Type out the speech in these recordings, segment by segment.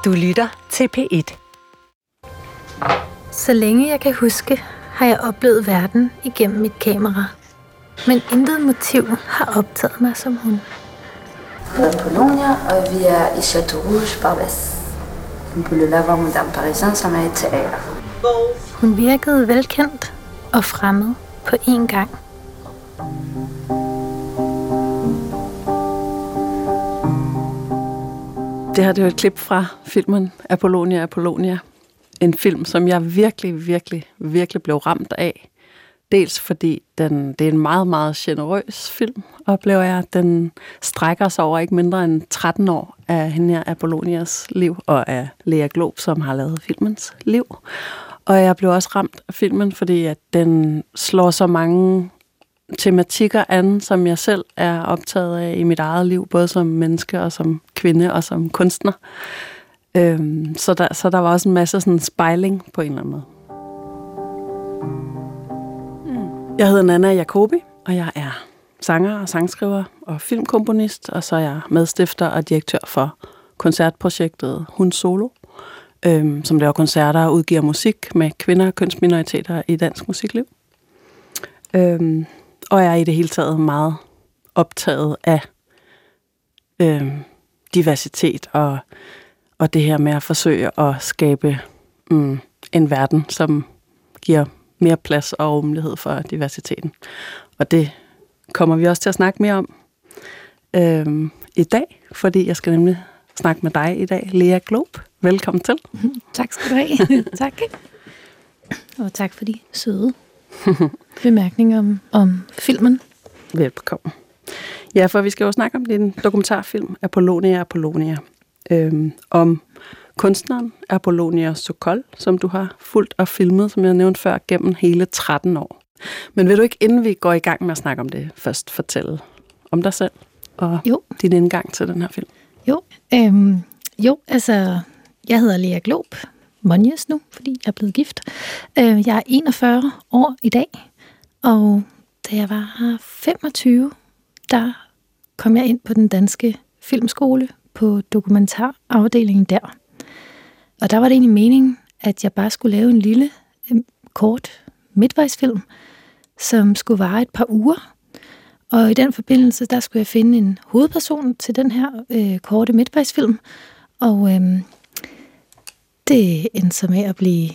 Du lytter til P1. Så længe jeg kan huske, har jeg oplevet verden igennem mit kamera. Men intet motiv har optaget mig som hun. Polonia, og vi er i Château Rouge, Barbès. På Le Lavabo Moderne Parisien, som er et teater. Hun virkede velkendt og fremmed på én gang. Det her det er et klip fra filmen Apollonia, Apollonia. En film, som jeg virkelig blev ramt af. Dels fordi det er en meget, meget generøs film, oplever jeg. Den strækker sig over ikke mindre end 13 år af hende her Apollonias liv, og af Lea Glob, som har lavet filmens liv. Og jeg blev også ramt af filmen, fordi at den slår så mange tematikker an, som jeg selv er optaget af i mit eget liv, både som menneske og som kvinde og som kunstner. Så der var også en masse sådan spejling på en eller anden måde. Jeg hedder Nanna Jacobi, og jeg er sanger og sangskriver og filmkomponist, og så er jeg medstifter og direktør for koncertprojektet Hun Solo, som laver koncerter og udgiver musik med kvinder og kønsminoriteter i dansk musikliv. Og jeg er i det hele taget meget optaget af diversitet og det her med at forsøge at skabe en verden, som giver mere plads og rummelighed for diversiteten. Og det kommer vi også til at snakke mere om i dag, fordi jeg skal nemlig snakke med dig i dag, Lea Glob. Velkommen til. Tak skal du have. Tak. Og tak for de søde bemærkninger om filmen. Velkommen. Ja, for vi skal jo snakke om din dokumentarfilm Apollonia, Apollonia. Om kunstneren Apollonia Sokol, som du har fulgt og filmet, som jeg nævnte før, gennem hele 13 år. Men vil du ikke, inden vi går i gang med at snakke om det, først fortælle om dig selv og din indgang til den her film? Altså, jeg hedder Lea Glob, Monjes nu, fordi jeg er blevet gift. Jeg er 41 år i dag, og da jeg var 25, der kom jeg ind på den danske filmskole på dokumentarafdelingen der. Og der var det egentlig meningen, at jeg bare skulle lave en lille, kort midtvejsfilm, som skulle vare et par uger. Og i den forbindelse, der skulle jeg finde en hovedperson til den her korte midtvejsfilm. Og det endte så med at blive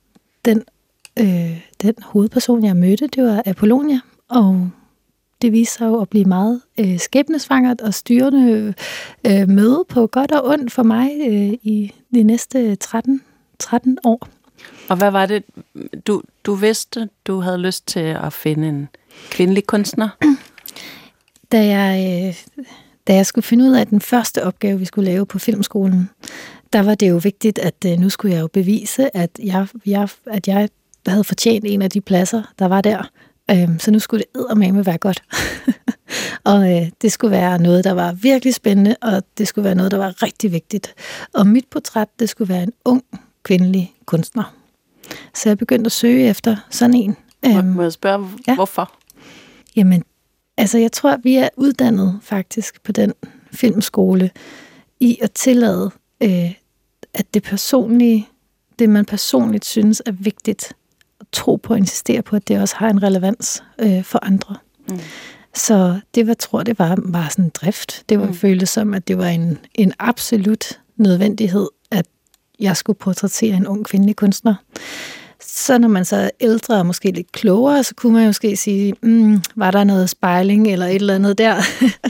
den hovedperson, jeg mødte. Det var Apollonia, og det viste sig jo at blive meget skæbnesvangert og styrende møde på godt og ondt for mig i de næste 13 år. Og hvad var det, du vidste, du havde lyst til at finde en kvindelig kunstner? Da jeg skulle finde ud af den første opgave, vi skulle lave på filmskolen, der var det jo vigtigt, at nu skulle jeg jo bevise, at jeg havde fortjent en af de pladser, der var der. Så nu skulle det eddermame være godt. Og det skulle være noget, der var virkelig spændende, og det skulle være noget, der var rigtig vigtigt. Og mit portræt, det skulle være en ung, kvindelig kunstner. Så jeg begyndte at søge efter sådan en. Må jeg spørge, hvorfor? Jamen, altså jeg tror, vi er uddannet faktisk på den filmskole i at tillade, at det man personligt synes er vigtigt, tro på og insistere på, at det også har en relevans for andre. Mm. Så det var sådan en drift. Det var føltes som, at det var en absolut nødvendighed, at jeg skulle portrættere en ung kvindelig kunstner. Så når man så er ældre og måske lidt klogere, så kunne man måske sige, var der noget spejling eller et eller andet der?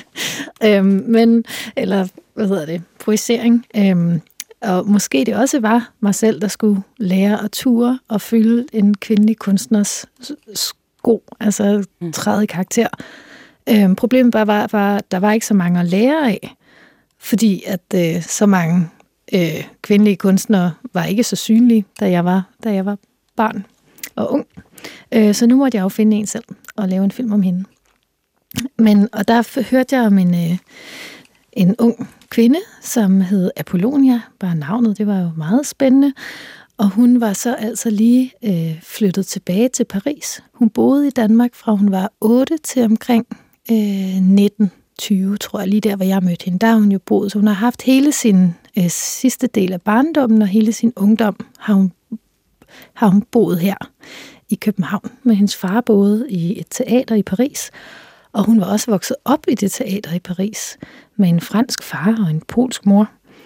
Projicering. Og måske det også var mig selv, der skulle lære at ture og fylde en kvindelig kunstners sko, altså træde i karakter. Problemet bare var, at der var ikke så mange at lære af, fordi at så mange kvindelige kunstnere var ikke så synlige, da jeg var barn og ung. Så nu måtte jeg jo finde en selv og lave en film om hende. Og der hørte jeg om en ung kvinde, som hed Apollonia. Bare navnet, det var jo meget spændende. Og hun var så altså lige flyttet tilbage til Paris. Hun boede i Danmark fra hun var 8 til omkring 19-20, tror jeg, lige der, hvor jeg mødte hende. Der har hun jo boet, så hun har haft hele sin sidste del af barndommen og hele sin ungdom har hun boet her i København med hendes far boede i et teater i Paris, og hun var også vokset op i det teater i Paris med en fransk far og en polsk mor.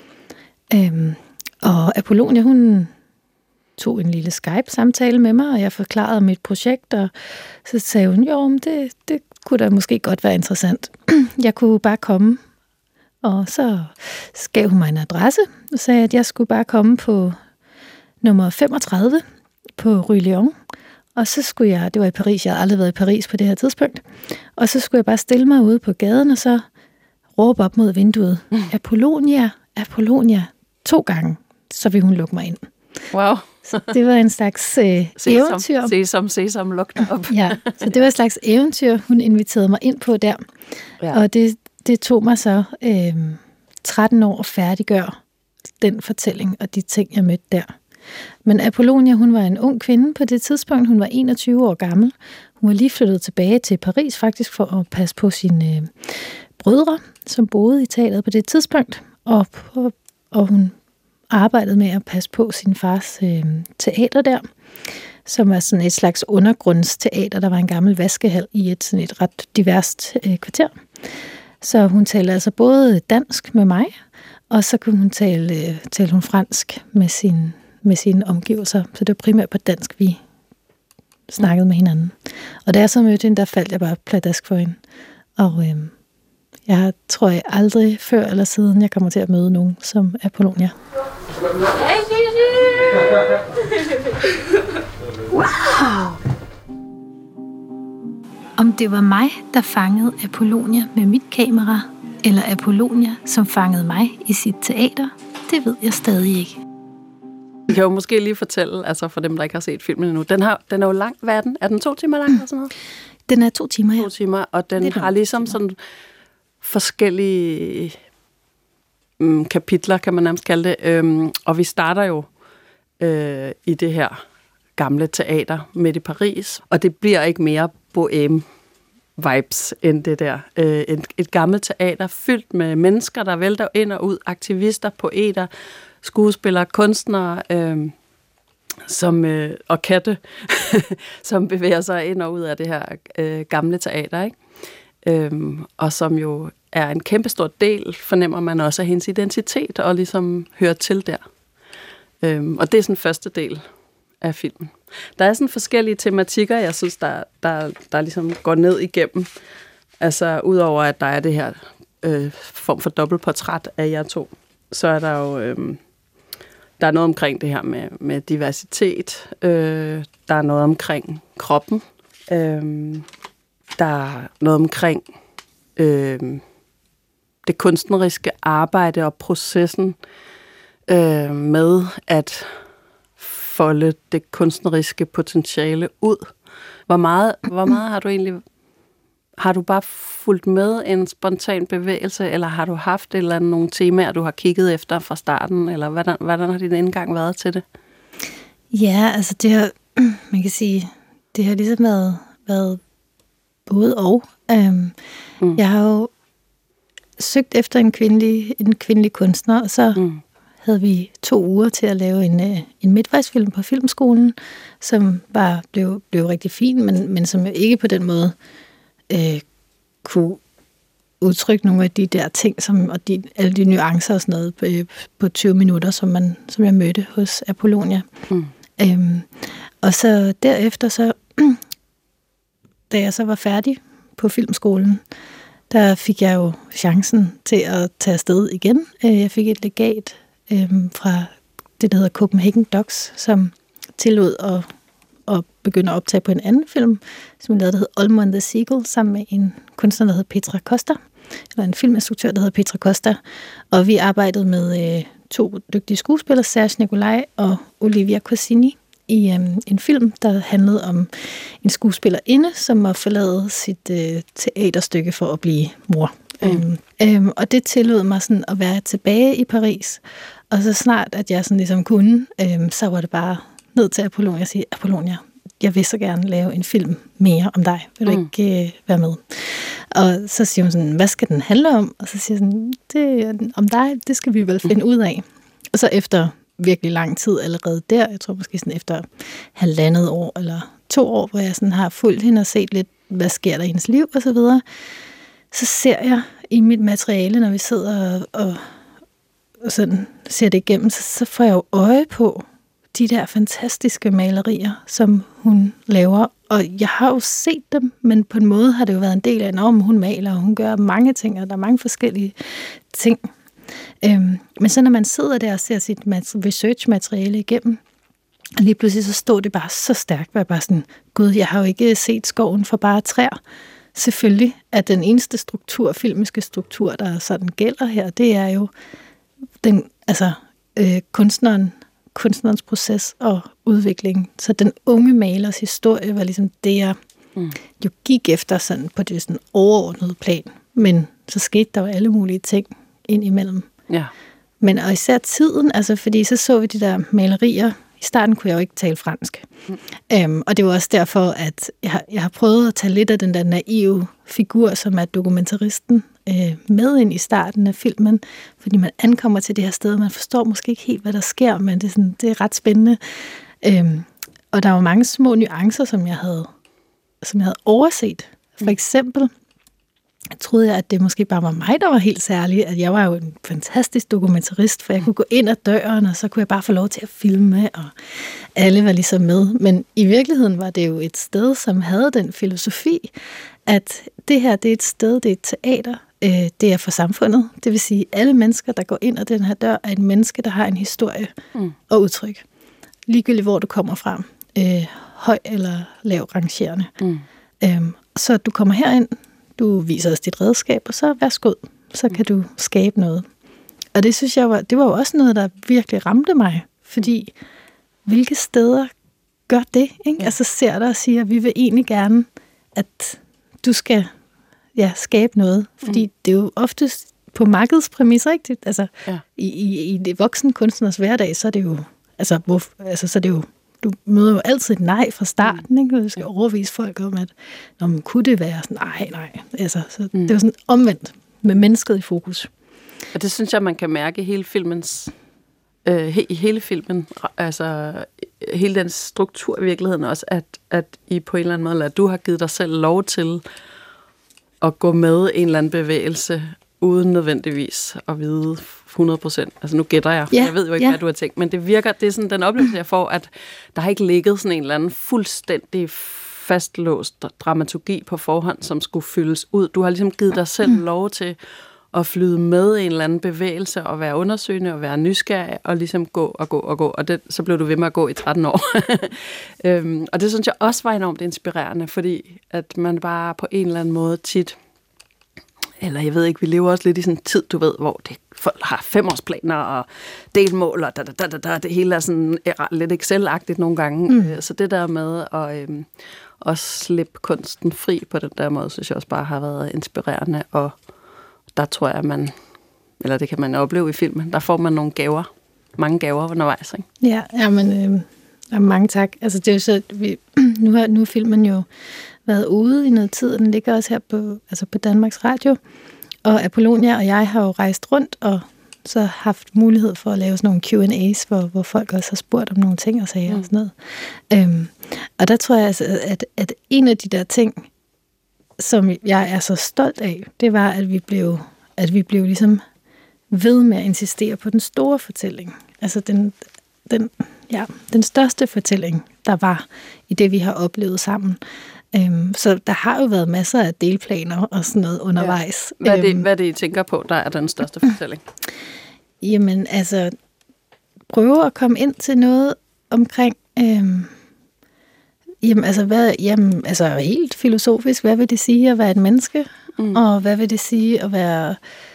Og Apollonia, hun tog en lille Skype-samtale med mig, og jeg forklarede mit projekt, og så sagde hun, jo, det kunne da måske godt være interessant. Jeg kunne bare komme, og så gav hun mig en adresse, og sagde, at jeg skulle bare komme på nummer 35 på Rue Lyon, og så skulle jeg, det var i Paris, jeg havde aldrig været i Paris på det her tidspunkt, og så skulle jeg bare stille mig ude på gaden, og så råbe op mod vinduet, Apollonia, Apollonia, 2 gange, så ville hun lukke mig ind. Wow. Så det var en slags eventyr. Sesam, luk dig op. Ja, så det var et slags eventyr, hun inviterede mig ind på der. Ja. Og det tog mig så 13 år at færdiggøre den fortælling og de ting, jeg mødte der. Men Apollonia, hun var en ung kvinde på det tidspunkt. Hun var 21 år gammel. Hun var lige flyttet tilbage til Paris faktisk for at passe på sine brødre, som boede i teateret på det tidspunkt. Og hun arbejdede med at passe på sin fars teater der, som var sådan et slags undergrundsteater. Der var en gammel vaskehal i et ret diverst kvarter. Så hun talte altså både dansk med mig, og så kunne hun tale hun fransk med sine omgivelser. Så det var primært på dansk, vi snakkede med hinanden. Og da jeg så mødte hende, der faldt jeg bare pladask for hende. Og jeg tror jeg aldrig før eller siden, jeg kommer til at møde nogen som Apollonia. Hey, wow! Om det var mig, der fangede Apollonia med mit kamera, eller Apollonia, som fangede mig i sit teater, det ved jeg stadig ikke. Jeg kan jo måske lige fortælle, altså for dem, der ikke har set filmen endnu, den er jo lang, hvad er den? Er den 2 timer lang eller sådan noget? Den er 2 timer, ja. 2 timer, og den har ligesom sådan forskellige kapitler, kan man nærmest kalde det. Og vi starter jo i det her gamle teater midt i Paris, og det bliver ikke mere bohème-vibes end det der. Et gammelt teater fyldt med mennesker, der vælter ind og ud, aktivister, poeter, skuespillere, kunstnere og katte, som bevæger sig ind og ud af det her gamle teater, ikke? Og som jo er en kæmpestor del, fornemmer man også af hendes identitet, og ligesom hører til der. Og det er sådan første del af filmen. Der er sådan forskellige tematikker, jeg synes, der ligesom går ned igennem. Altså, udover at der er det her form for dobbeltportræt af jer to, så er der jo der er noget omkring det her med diversitet. Der er noget omkring kroppen. Der er noget omkring det kunstneriske arbejde og processen med at folde det kunstneriske potentiale ud. Hvor meget har du egentlig... Har du bare fulgt med en spontan bevægelse, eller har du haft et eller andet, nogle temaer, du har kigget efter fra starten, eller hvordan har din indgang været til det? Ja, altså det har, man kan sige, det har ligesom været både og. Jeg har jo søgt efter en kvindelig kunstner, og så havde vi 2 uger til at lave en midtvejsfilm på Filmskolen, som blev rigtig fin, men som jo ikke på den måde kunne udtrykke nogle af de der ting, og alle de nuancer og sådan noget på 20 minutter, som jeg mødte hos Apollonia. Og så derefter, da jeg så var færdig på Filmskolen, der fik jeg jo chancen til at tage afsted igen. Jeg fik et legat fra det, der hedder Copenhagen Docs, som tillod at begynde at optage på en anden film, som jeg lavede, der hed Olmo and the Seagull, sammen med en kunstner, der hed Petra Costa, eller en filminstruktør, der hed Petra Costa. Og vi arbejdede med 2 dygtige skuespillere, Serge Nicolai og Olivia Corsini, i en film, der handlede om en skuespillerinde, som må forlade sit teaterstykke for at blive mor. Og det tillod mig sådan at være tilbage i Paris. Og så snart, at jeg sådan ligesom kunne, så var det bare ned til Apollonia og sige, Apollonia, jeg vil så gerne lave en film mere om dig. Vil du ikke være med? Og så siger hun sådan, hvad skal den handle om? Og så siger jeg sådan, det om dig, det skal vi vel finde ud af. Og så efter virkelig lang tid allerede der, jeg tror måske sådan efter 1,5 år eller 2 år, hvor jeg sådan har fulgt hende og set lidt, hvad sker der i hendes liv og så videre, så ser jeg i mit materiale, når vi sidder og sådan ser det igennem, så får jeg jo øje på de der fantastiske malerier, som hun laver. Og jeg har jo set dem, men på en måde har det jo været en del af, når hun maler, og hun gør mange ting, og der er mange forskellige ting. Men så når man sidder der og ser sit research-materiale igennem, og lige pludselig så står det bare så stærkt, hvor jeg bare sådan, gud, jeg har jo ikke set skoven for bare træer. Selvfølgelig er den eneste filmiske struktur, der sådan gælder her, det er jo kunstnerens proces og udvikling. Så den unge malers historie var ligesom det, jeg jo gik efter sådan på det sådan overordnede plan. Men så skete der jo alle mulige ting ind imellem. Ja. Men og især tiden, altså fordi så vi de der malerier. I starten kunne jeg jo ikke tale fransk. Og det var også derfor, at jeg har prøvet at tage lidt af den der naive figur, som er dokumentaristen, med ind i starten af filmen, fordi man ankommer til det her sted, man forstår måske ikke helt, hvad der sker, men det er ret spændende. Og der var mange små nuancer, som jeg havde overset. For eksempel troede jeg, at det måske bare var mig, der var helt særlig, at jeg var jo en fantastisk dokumentarist, for jeg kunne gå ind ad døren, og så kunne jeg bare få lov til at filme, og alle var ligesom med. Men i virkeligheden var det jo et sted, som havde den filosofi, at det her, det er et sted, det er et teater, det er for samfundet. Det vil sige, at alle mennesker, der går ind ad den her dør, er et menneske, der har en historie og udtryk. Ligegyldigt, hvor du kommer fra. Høj eller lav rangerende. Så du kommer herind, du viser os dit redskab, og så værsgo, så kan du skabe noget. Og det synes jeg det var jo også noget, der virkelig ramte mig, fordi hvilke steder gør det, ikke? Altså ser der og siger, vi vil egentlig gerne, at du skal skabe noget, fordi det er jo oftest på markedspræmisser, ikke? Altså i det voksne kunstners hverdag, så er det jo, så er det jo, du møder jo altid et nej fra starten, ikke? Du skal overvise folk om, at kunne det være sådan, nej. Altså, så det er jo sådan omvendt med mennesket i fokus. Og det synes jeg, man kan mærke i hele filmens, i hele filmen, altså hele den struktur i virkeligheden også, at I på en eller anden måde, eller at du har givet dig selv lov til at gå med en eller anden bevægelse, uden nødvendigvis at vide 100%. Altså nu gætter jeg, jeg ved jo ikke, hvad du har tænkt, men det virker, det er sådan den oplevelse, jeg får, at der har ikke ligget sådan en eller anden fuldstændig fastlåst dramaturgi på forhånd, som skulle fyldes ud. Du har ligesom givet dig selv lov til at flyde med en eller anden bevægelse, og være undersøgende, og være nysgerrig, og ligesom gå, og så blev du ved med at gå i 13 år. Og det synes jeg også var enormt inspirerende, fordi at man bare på en eller anden måde tit, eller jeg ved ikke, vi lever også lidt i sådan en tid, du ved, hvor folk har 5-årsplaner og delmål, og det hele er sådan lidt Excel-agtigt nogle gange. Så det der med at slippe kunsten fri på den der måde, synes jeg også bare har været inspirerende, og der tror jeg, eller det kan man opleve i filmen, der får man nogle gaver, mange gaver undervejs, ikke? Ja, men mange tak. Altså det er jo så, nu har filmen jo været ude i noget tid, og den ligger også her på Danmarks Radio, og Apollonia og jeg har jo rejst rundt, og så haft mulighed for at lave sådan nogle Q&A's, hvor folk også har spurgt om nogle ting og sager og sådan noget. Og der tror jeg altså, at en af de der ting, som jeg er så stolt af, det var, at vi blev ligesom ved med at insistere på den store fortælling. Altså den største fortælling, der var i det, vi har oplevet sammen. Så der har jo været masser af delplaner og sådan noget undervejs. Ja. Hvad er det, I tænker på, der er den største fortælling? Jamen, altså, prøve at komme ind til noget omkring, helt filosofisk, hvad vil det sige at være et menneske? Og hvad vil det sige at være,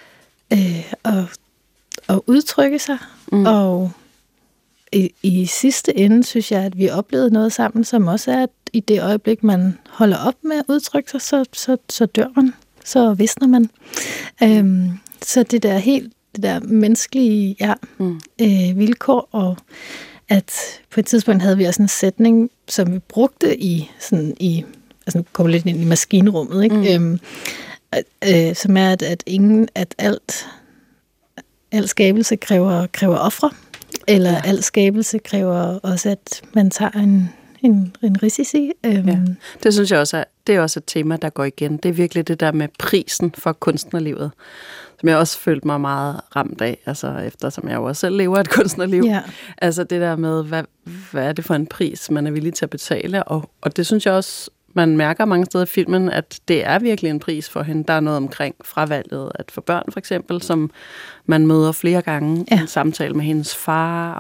at udtrykke sig? Og i sidste ende, synes jeg, at vi oplevede noget sammen, som også er, at i det øjeblik, man holder op med at udtrykke sig, så dør man. Så visner man. Så det der menneskelige vilkår, og at på et tidspunkt havde vi også en sætning, som vi brugte nu kommer lidt ind i maskinrummet, ikke? som er, at al skabelse kræver ofre, eller al skabelse kræver også, at man tager en risici. Det synes jeg også det er også et tema, der går igen. Det er virkelig det der med prisen for kunstnerlivet, som jeg også følte mig meget ramt af, altså eftersom jeg jo også selv lever et kunstnerliv. Ja. Altså det der med, hvad er det for en pris, man er villig til at betale, og det synes jeg også, man mærker mange steder i filmen, at det er virkelig en pris for hende. Der er noget omkring fravalget, at for børn for eksempel, som man møder flere gange i en samtale med hendes far,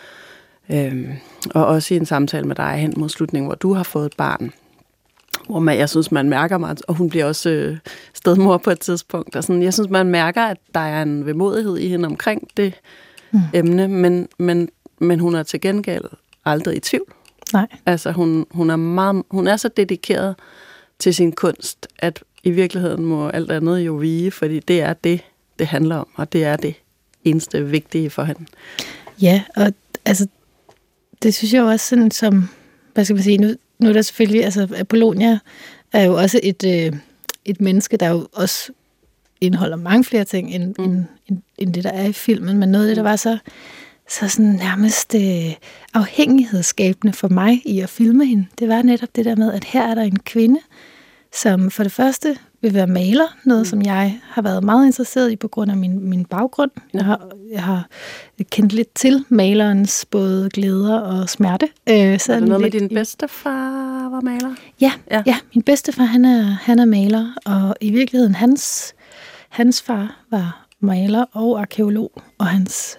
og også i en samtale med dig hen mod slutningen, hvor du har fået et barn, hvor jeg synes, man mærker meget, og hun bliver også stedmor på et tidspunkt. Og sådan, jeg synes, man mærker, at der er en vemodighed i hende omkring det emne, men hun er til gengæld aldrig i tvivl. Nej. Altså, hun er så dedikeret til sin kunst, at i virkeligheden må alt andet jo vige, fordi det er det handler om, og det er det eneste vigtige for hende. Ja, og altså, det synes jeg også sådan som, hvad skal man sige, nu er der selvfølgelig, altså Apollonia er jo også et menneske, der jo også indeholder mange flere ting, end det, der er i filmen, men noget af det, der var så sådan nærmest afhængighedsskabende for mig i at filme hende, det var netop det der med, at her er der en kvinde, som for det første vil være maler, noget som jeg har været meget interesseret i på grund af min baggrund. Jeg har kendt lidt til malerens både glæder og smerte. Er det noget med din bedstefar var maler? Ja, min bedstefar han er maler, og i virkeligheden hans far var maler og arkæolog, og hans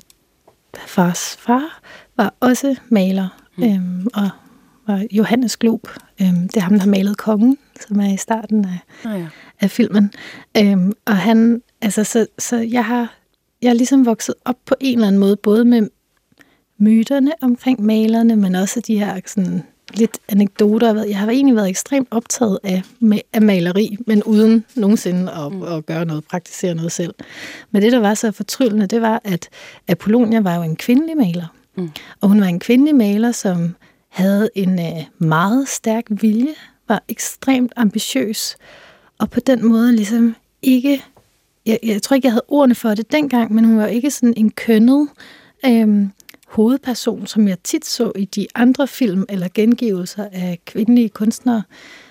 fars far var også maler, og var Johannes Glob. Det er ham, der har malet Kongen, som er i starten af filmen. Og han, altså, så jeg er ligesom vokset op på en eller anden måde, både med myterne omkring malerne, men også de her sådan lidt anekdoter. Jeg har egentlig været ekstremt optaget af maleri, men uden nogensinde at gøre noget, praktisere noget selv. Men det, der var så fortryllende, det var, at Apollonia var jo en kvindelig maler. Og hun var en kvindelig maler, som havde en meget stærk vilje, var ekstremt ambitiøs, og på den måde ligesom ikke, jeg tror ikke, jeg havde ordene for det dengang, men hun var ikke sådan en kønnet hovedperson, som jeg tit så i de andre film eller gengivelser af kvindelige kunstnere,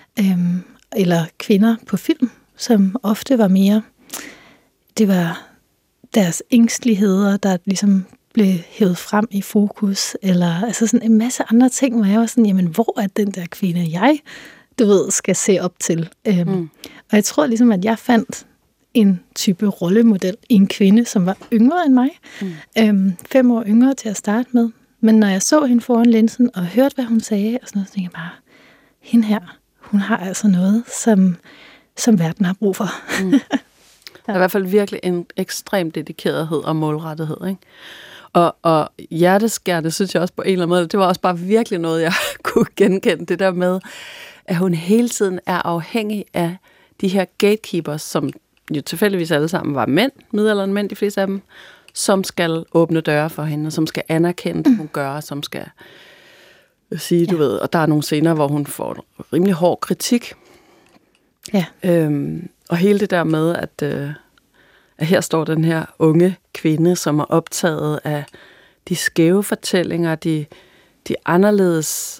eller kvinder på film, som ofte var mere, det var deres ængsteligheder, der ligesom blev hævet frem i fokus, eller altså sådan en masse andre ting, hvor jeg var sådan, jamen, hvor er den der kvinde, jeg, skal se op til? Og jeg tror ligesom, at jeg fandt en type rollemodel i en kvinde, som var yngre end mig. 5 år yngre til at starte med. Men når jeg så hende foran linsen, og hørte, hvad hun sagde, og sådan noget, så tænkte jeg bare, hende her, hun har altså noget, som verden har brug for. Der er i hvert fald virkelig en ekstrem dedikerethed og målrettighed, ikke? Og hjerteskærende, synes jeg også på en eller anden måde, det var også bare virkelig noget, jeg kunne genkende, det der med, at hun hele tiden er afhængig af de her gatekeepers, som jo tilfældigvis alle sammen var mænd, midaldrende mænd, de fleste af dem, som skal åbne døre for hende, som skal anerkende det, hun gør, som skal sige, du ved, og der er nogle scener, hvor hun får en rimelig hård kritik. Ja. Og hele det der med, at her står den her unge kvinde, som er optaget af de skæve fortællinger, de anderledes,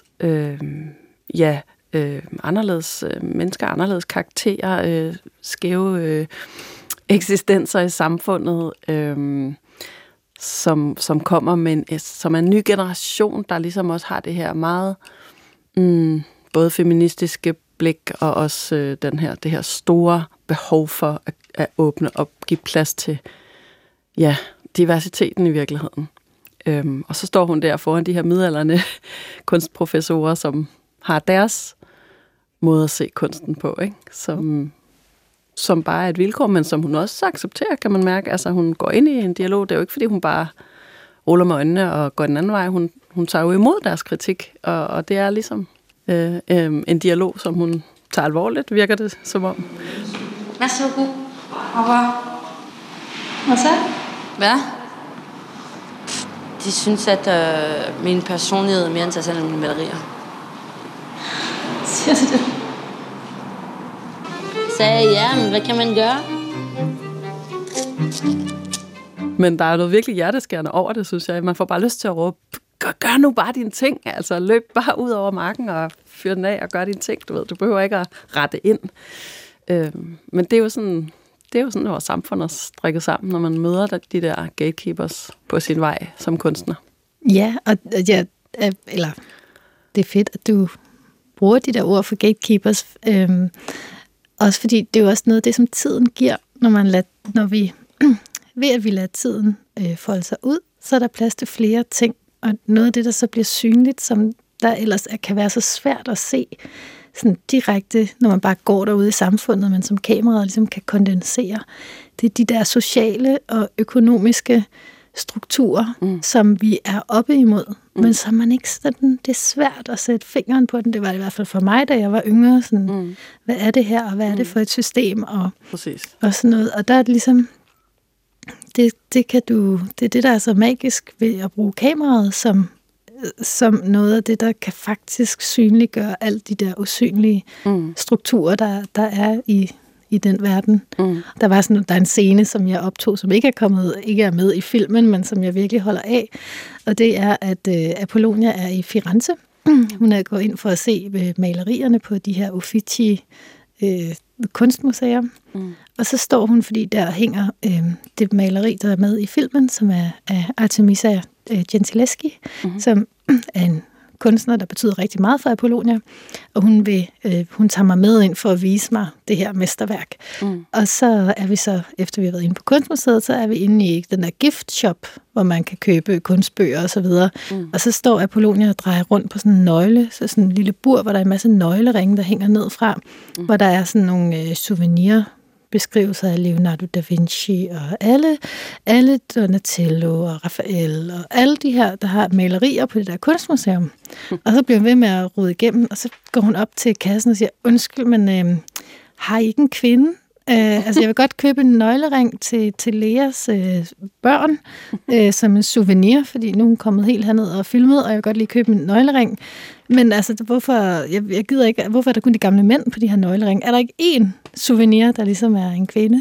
anderledes mennesker, anderledes karakterer, skæve eksistenser i samfundet, som kommer med som er en ny generation, der ligesom også har det her meget både feministiske blik og også det her store behov for at åbne op, give plads til diversiteten i virkeligheden. Og så står hun der foran de her midaldrende kunstprofessorer, som har deres måde at se kunsten på, ikke? Som bare er et vilkår, men som hun også accepterer, kan man mærke. Altså hun går ind i en dialog, det er jo ikke fordi hun bare ruller med øjnene og går den anden vej. Hun tager jo imod deres kritik, og det er ligesom en dialog, som hun tager alvorligt, virker det som om. Merci beaucoup. Au revoir. Hvad så? Hvad? De synes, at min personlighed er mere interessant end mine malerier. Siger du det? sagde, ja, men hvad kan man gøre? Men der er noget virkelig hjerteskærende over det, synes jeg. Man får bare lyst til at råbe, gør nu bare dine ting. Altså løb bare ud over marken og fyr den af og gør dine ting. Du behøver ikke at rette ind. Men det er jo sådan, at vores samfund er strikket sammen, når man møder de der gatekeepers på sin vej som kunstner. Ja, eller det er fedt, at du bruger de der ord for gatekeepers. Også fordi det er jo også noget af det, som tiden giver, ved at vi lader tiden folde sig ud, så er der plads til flere ting. Og noget af det, der så bliver synligt, som der ellers kan være så svært at se sådan direkte, når man bare går derude i samfundet, men som kameraet ligesom kan kondensere. Det er de der sociale og økonomiske strukturer, som vi er oppe imod, men som man ikke sådan, det er svært at sætte fingeren på den. Det var det i hvert fald for mig, da jeg var yngre. Sådan, hvad er det her, og hvad er det for et system? Og sådan noget. Og der er det ligesom, det er det, der er så magisk ved at bruge kameraet som noget af det, der kan faktisk synliggøre alle de der usynlige strukturer, der er i den verden. Der er en scene, som jeg optog, som ikke er med i filmen, men som jeg virkelig holder af. Og det er, at Apollonia er i Firenze. Hun er gået ind for at se malerierne på de her Uffizi kunstmuseer. Og så står hun, fordi der hænger det maleri, der er med i filmen, som er af Artemisia Gentileschi, som er en kunstner, der betyder rigtig meget for Apollonia, og hun tager mig med ind for at vise mig det her mesterværk. Og så er vi så, efter vi har været inde på Kunstmuseet, så er vi inde i den der gift shop, hvor man kan købe kunstbøger og så videre. Og så står Apollonia og drejer rundt på sådan en nøgle, så sådan en lille bur, hvor der er en masse nøgleringe, der hænger ned fra, hvor der er sådan nogle souvenirbeskrivelser af Leonardo da Vinci og alle Donatello og Raphael og alle de her, der har malerier på det der kunstmuseum. Og så bliver hun ved med at rode igennem, og så går hun op til kassen og siger, undskyld, men har I ikke en kvinde? Jeg vil godt købe en nøglering til Leas børn som en souvenir, fordi nu er hun kommet helt herned og filmet, og jeg vil godt lige købe en nøglering. Men altså, jeg gider ikke, hvorfor er der kun de gamle mænd på de her nøglering? Er der ikke én souvenir, der ligesom er en kvinde?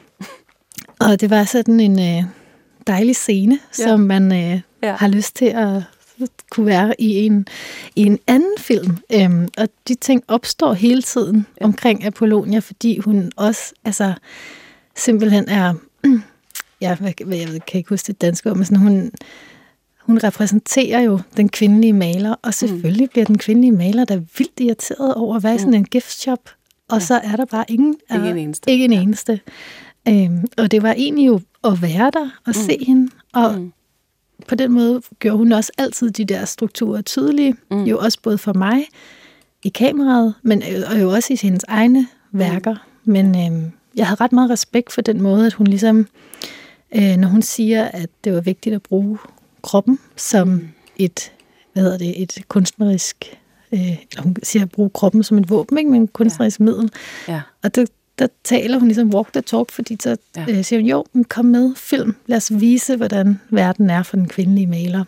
Og det var sådan en dejlig scene, som man har lyst til at kunne være i en anden film. Og de ting opstår hele tiden omkring Apollonia, fordi hun også simpelthen er, jeg kan ikke huske det danske ord, men sådan, hun repræsenterer jo den kvindelige maler, og selvfølgelig bliver den kvindelige maler der vildt irriteret over at være i sådan en giftshop, og så er der bare ikke en eneste. Og det var egentlig jo at være der og se hende, og på den måde gjorde hun også altid de der strukturer tydelige, jo også både for mig i kameraet, men og jo også i hendes egne værker. Men jeg havde ret meget respekt for den måde, at hun ligesom, når hun siger, at det var vigtigt at bruge kroppen som et kunstnerisk, eller hun siger at bruge kroppen som et våben, ikke, men et kunstnerisk middel. Ja. Og der taler hun ligesom walk the talk, fordi så siger hun, jo, kom med, film, lad os vise, hvordan verden er for den kvindelige maler.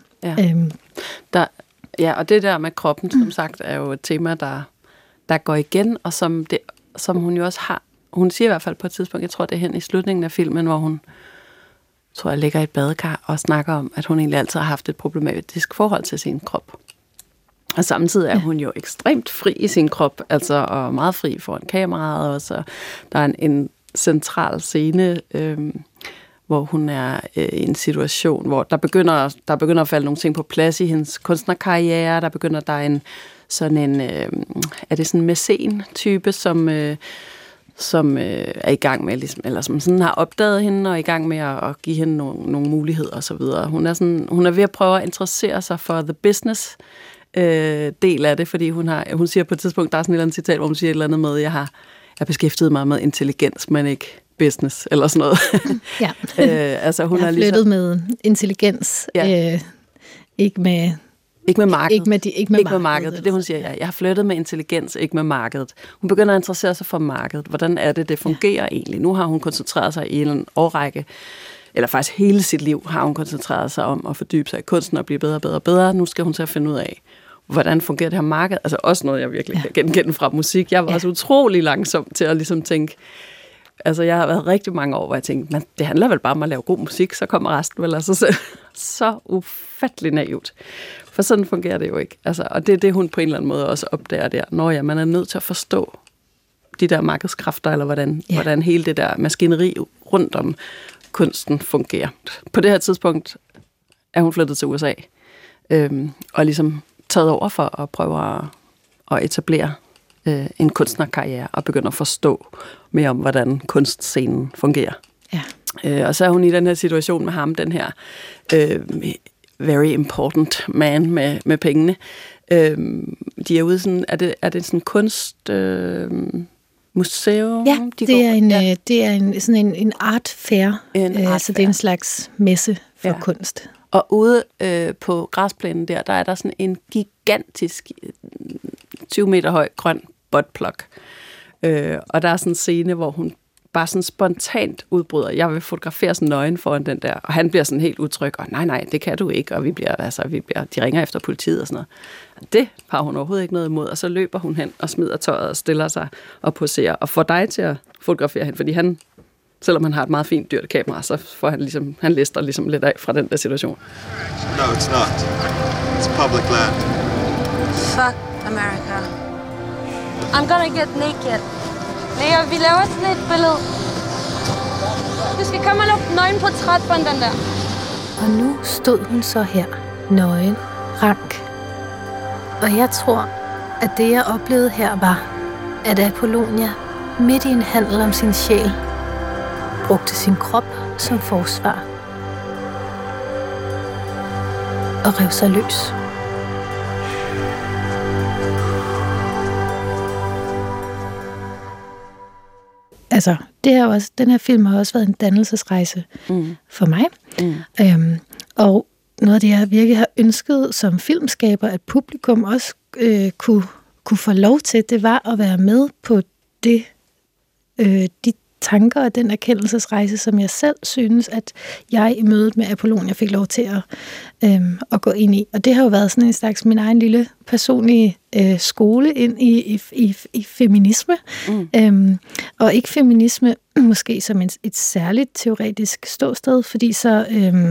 Ja. Og det der med kroppen, som sagt, er jo et tema, der går igen, og som hun jo også har. Hun siger i hvert fald på et tidspunkt, jeg tror det er hen i slutningen af filmen, hvor hun, tror jeg, ligger i et badekar og snakker om, at hun egentlig altid har haft et problematisk forhold til sin krop. Og samtidig er hun jo ekstremt fri i sin krop, altså, og meget fri foran kameraet også. Der er en central scene, hvor hun er i en situation, hvor der begynder at falde nogle ting på plads i hendes kunstnerkarriere. Der er sådan en mæcen-type, som er i gang med, ligesom, eller som sådan har opdaget hende, og er i gang med at give hende nogle muligheder og så videre. Hun er ved at prøve at interessere sig for the business del af det, fordi hun siger på et tidspunkt, der er sådan et eller andet citat, hvor hun siger et eller andet med, jeg har beskæftiget mig med intelligens, men ikke business, eller sådan noget. Ja. Hun har flyttet med intelligens, ikke med markedet. Ikke med markedet. Det er det, hun siger. Jeg har flyttet med intelligens, ikke med markedet. Hun begynder at interessere sig for markedet. Hvordan er det fungerer egentlig? Nu har hun koncentreret sig i en årrække, eller faktisk hele sit liv har hun koncentreret sig om at fordybe sig i kunsten og blive bedre og bedre og bedre. Nu skal hun til at finde ud af, hvordan fungerer det her marked? Altså også noget, jeg virkelig kan genkende fra musik. Jeg var også utrolig langsom til at ligesom tænke, altså jeg har været rigtig mange år, hvor jeg tænkte, men det handler vel bare om at lave god musik, så kommer resten vel. Altså så ufattelig naivt. For sådan fungerer det jo ikke. Altså, og det er det, hun på en eller anden måde også opdager der. Når man er nødt til at forstå de der markedskræfter, eller hvordan hele det der maskineri rundt om kunsten fungerer. På det her tidspunkt er hun flyttet til USA, og ligesom taget over for at prøve at etablere en kunstnerkarriere, og begynde at forstå mere om, hvordan kunstscenen fungerer. Ja. Og så er hun i den her situation med ham, den her very important man med pengene. De er ude sådan, er det sådan kunst... museum? Ja, det er sådan en art fair, så det er en slags messe for kunst. Og ude på græsplænen der er der sådan en gigantisk 20 meter høj grøn buttplug. Og der er sådan en scene, hvor hun bare sådan spontant udbryder, jeg vil fotografere sådan nøgen foran den der, og han bliver sådan helt utryg, og nej, det kan du ikke, og de ringer efter politiet og sådan noget. Og det har hun overhovedet ikke noget imod, og så løber hun hen og smider tøjet og stiller sig og poserer, og får dig til at fotografere hende, fordi han, selvom han har et meget fint dyrt kamera, så får han lister ligesom lidt af fra den der situation. No, it's not. It's public land. Fuck America. I'm gonna get naked. Lea, vi laver sådan et billede. Du skal komme og lukke nøgenportræt på den der. Og nu stod hun så her, nøgen, rank. Og jeg tror, at det jeg oplevede her var, at Apollonia, midt i en handel om sin sjæl, brugte sin krop som forsvar. Og rev sig løs. Altså, den her film har også været en dannelsesrejse for mig. Og noget af det, jeg virkelig har ønsket som filmskaber, at publikum også kunne få lov til, det var at være med på de tanker og den erkendelsesrejse, som jeg selv synes, at jeg i mødet med Apollonia fik lov til at gå ind i. Og det har jo været sådan en slags min egen lille personlige skole ind i feminisme. Og ikke feminisme måske som et særligt teoretisk ståsted, fordi så...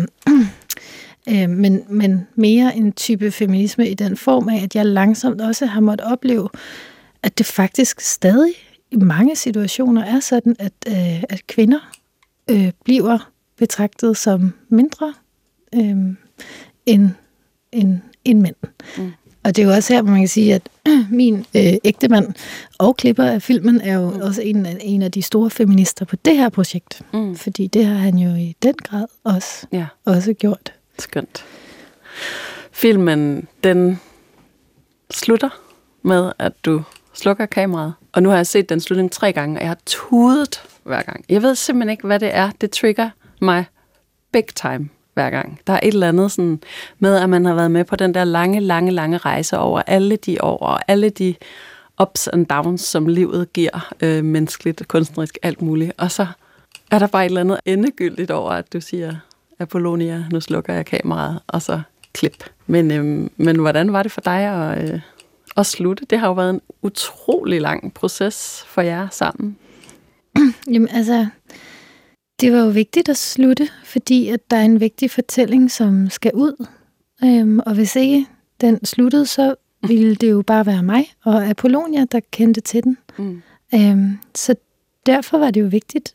men mere en type feminisme i den form af, at jeg langsomt også har måttet opleve, at det faktisk stadig i mange situationer er sådan, at kvinder bliver betragtet som mindre end mænd. Og det er jo også her, hvor man kan sige, at min ægtemand og klipper af filmen er jo også en af de store feminister på det her projekt. Fordi det har han jo i den grad også gjort. Skønt. Filmen, den slutter med, at du slukker kameraet. Og nu har jeg set den slutning 3 gange, og jeg har tudet hver gang. Jeg ved simpelthen ikke, hvad det er. Det trigger mig big time hver gang. Der er et eller andet sådan med, at man har været med på den der lange rejse over alle de år, og alle de ups and downs, som livet giver menneskeligt, kunstnerisk, alt muligt. Og så er der bare et eller andet endegyldigt over, at du siger, Apollonia, nu slukker jeg kameraet, og så klip. Men hvordan var det for dig at slutte? Det har jo været en utrolig lang proces for jer sammen. Jamen altså, det var jo vigtigt at slutte, fordi at der er en vigtig fortælling, som skal ud. Og hvis ikke den sluttede, så ville det jo bare være mig og Apollonia, der kendte til den. Så derfor var det jo vigtigt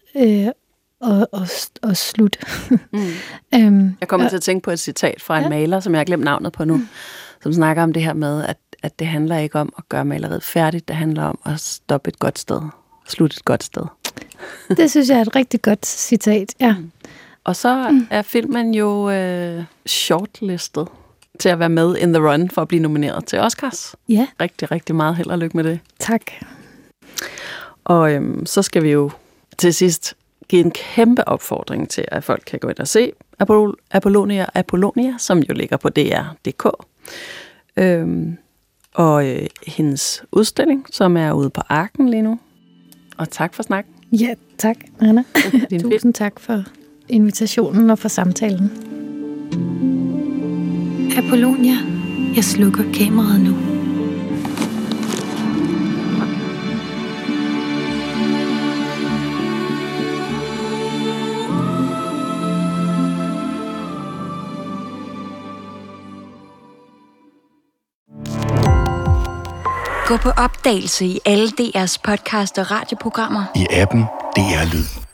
at slutte. Jeg kommer til at tænke på et citat fra en maler, som jeg har glemt navnet på nu, som snakker om det her med, at det handler ikke om at gøre maleriet færdigt, det handler om at stoppe et godt sted, slutte et godt sted. Det synes jeg er et rigtig godt citat, ja. Og så er filmen jo shortlistet til at være med in the run for at blive nomineret til Oscars. Ja. Rigtig, rigtig meget held og lykke med det. Tak. Og så skal vi jo til sidst give en kæmpe opfordring til, at folk kan gå ind og se Apollonia, som jo ligger på DR.dk. Og hendes udstilling, som er ude på Arken lige nu. Og tak for snakken. Ja, tak, Anna. Tusind tak for invitationen og for samtalen. Apollonia, Jeg slukker kameraet nu. Gå på opdagelse i alle DR's podcast og radioprogrammer. I appen DR Lyd.